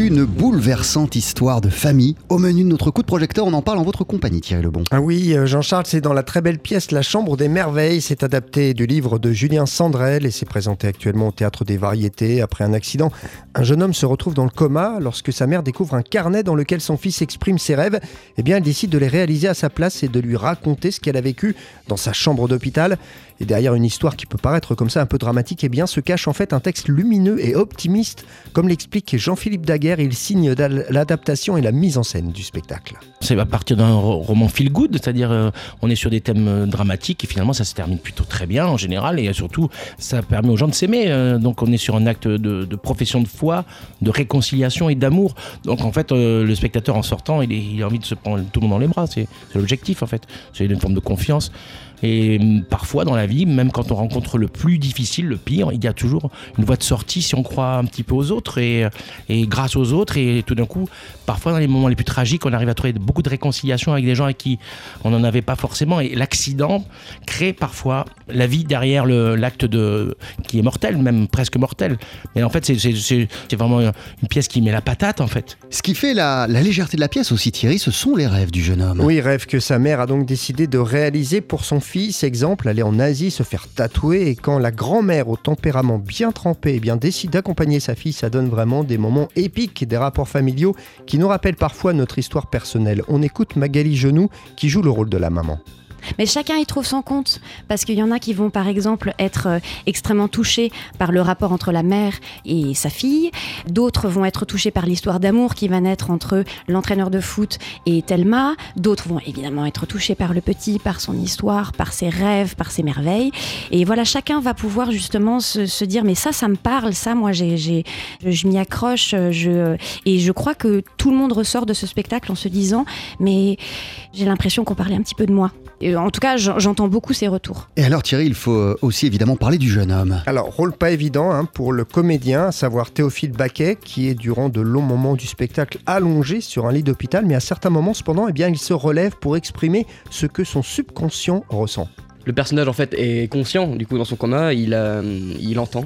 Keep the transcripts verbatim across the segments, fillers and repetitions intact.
Une bouleversante histoire de famille. Au menu de notre coup de projecteur, on en parle en votre compagnie, Thierry Lebon. Ah oui, Jean-Charles, c'est dans la très belle pièce La Chambre des Merveilles. C'est adapté du livre de Julien Sandrel et c'est présenté actuellement au Théâtre des Variétés. Après un accident, un jeune homme se retrouve dans le coma. Lorsque sa mère découvre un carnet dans lequel son fils exprime ses rêves, eh bien, elle décide de les réaliser à sa place et de lui raconter ce qu'elle a vécu dans sa chambre d'hôpital. Et derrière une histoire qui peut paraître comme ça un peu dramatique, eh bien, se cache en fait un texte lumineux et optimiste. Comme l'explique Jean-Philippe Daguerre, il signe l'adaptation et la mise en scène du spectacle. C'est à partir d'un roman feel-good, c'est-à-dire euh, on est sur des thèmes euh, dramatiques et finalement ça se termine plutôt très bien en général et surtout ça permet aux gens de s'aimer. Euh, donc on est sur un acte de, de profession de foi, de réconciliation et d'amour. Donc en fait euh, le spectateur en sortant, il, est, il a envie de se prendre tout le monde dans les bras. C'est, c'est l'objectif en fait. C'est une forme de confiance. Et parfois dans la vie, même quand on rencontre le plus difficile, le pire, il y a toujours une voie de sortie si on croit un petit peu aux autres et, et grâce aux autres. Et tout d'un coup, parfois dans les moments les plus tragiques, on arrive à trouver beaucoup de réconciliation avec des gens avec qui on n'en avait pas forcément. Et l'accident crée parfois la vie derrière le, l'acte de, qui est mortel, même presque mortel. Mais en fait, c'est, c'est, c'est, c'est vraiment une pièce qui met la patate en fait. Ce qui fait la, la légèreté de la pièce aussi, Thierry, ce sont les rêves du jeune homme. Oui, rêve que sa mère a donc décidé de réaliser pour son fils. Exemple, aller en Asie, se faire tatouer. Et quand la grand-mère au tempérament bien trempé eh bien, décide d'accompagner sa fille, ça donne vraiment des moments épiques, des rapports familiaux qui nous rappellent parfois notre histoire personnelle. On écoute Magali Genoux qui joue le rôle de la maman. Mais chacun y trouve son compte, parce qu'il y en a qui vont par exemple être euh, extrêmement touchés par le rapport entre la mère et sa fille, d'autres vont être touchés par l'histoire d'amour qui va naître entre l'entraîneur de foot et Thelma, d'autres vont évidemment être touchés par le petit, par son histoire, par ses rêves, par ses merveilles, et voilà, chacun va pouvoir justement se, se dire mais ça, ça me parle, ça moi j'ai, j'ai, je m'y accroche, je... et je crois que tout le monde ressort de ce spectacle en se disant mais j'ai l'impression qu'on parlait un petit peu de moi. Et en tout cas, j'entends beaucoup ces retours. Et alors Thierry, il faut aussi évidemment parler du jeune homme. Alors, rôle pas évident hein, pour le comédien, à savoir Théophile Baquet, qui est durant de longs moments du spectacle allongé sur un lit d'hôpital, mais à certains moments, cependant, eh bien, il se relève pour exprimer ce que son subconscient ressent. Le personnage, en fait, est conscient, du coup, dans son coma, il, euh, il entend.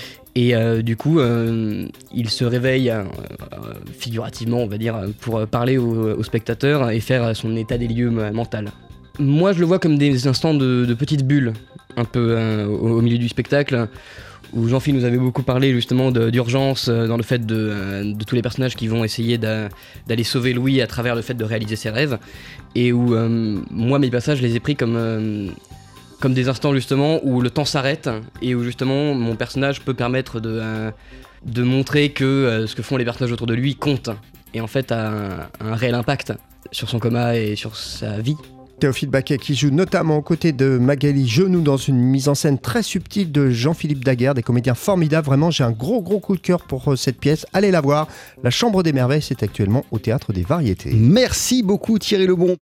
Et euh, du coup, euh, il se réveille euh, figurativement, on va dire, pour parler aux au spectateurs et faire son état des lieux mental. Moi, je le vois comme des instants de, de petites bulles, un peu euh, au, au milieu du spectacle, où Jean-Philippe nous avait beaucoup parlé justement de, d'urgence, euh, dans le fait de, euh, de tous les personnages qui vont essayer d'a, d'aller sauver Louis à travers le fait de réaliser ses rêves, et où euh, moi, mes passages, je les ai pris comme, euh, comme des instants justement où le temps s'arrête, et où justement mon personnage peut permettre de, euh, de montrer que euh, ce que font les personnages autour de lui compte, et en fait a un, un réel impact sur son coma et sur sa vie. Théophile Baquet qui joue notamment aux côtés de Magali Genoux dans une mise en scène très subtile de Jean-Philippe Daguerre, des comédiens formidables. Vraiment, j'ai un gros gros coup de cœur pour cette pièce. Allez la voir. La Chambre des Merveilles, c'est actuellement au Théâtre des Variétés. Merci beaucoup Thierry Lebon.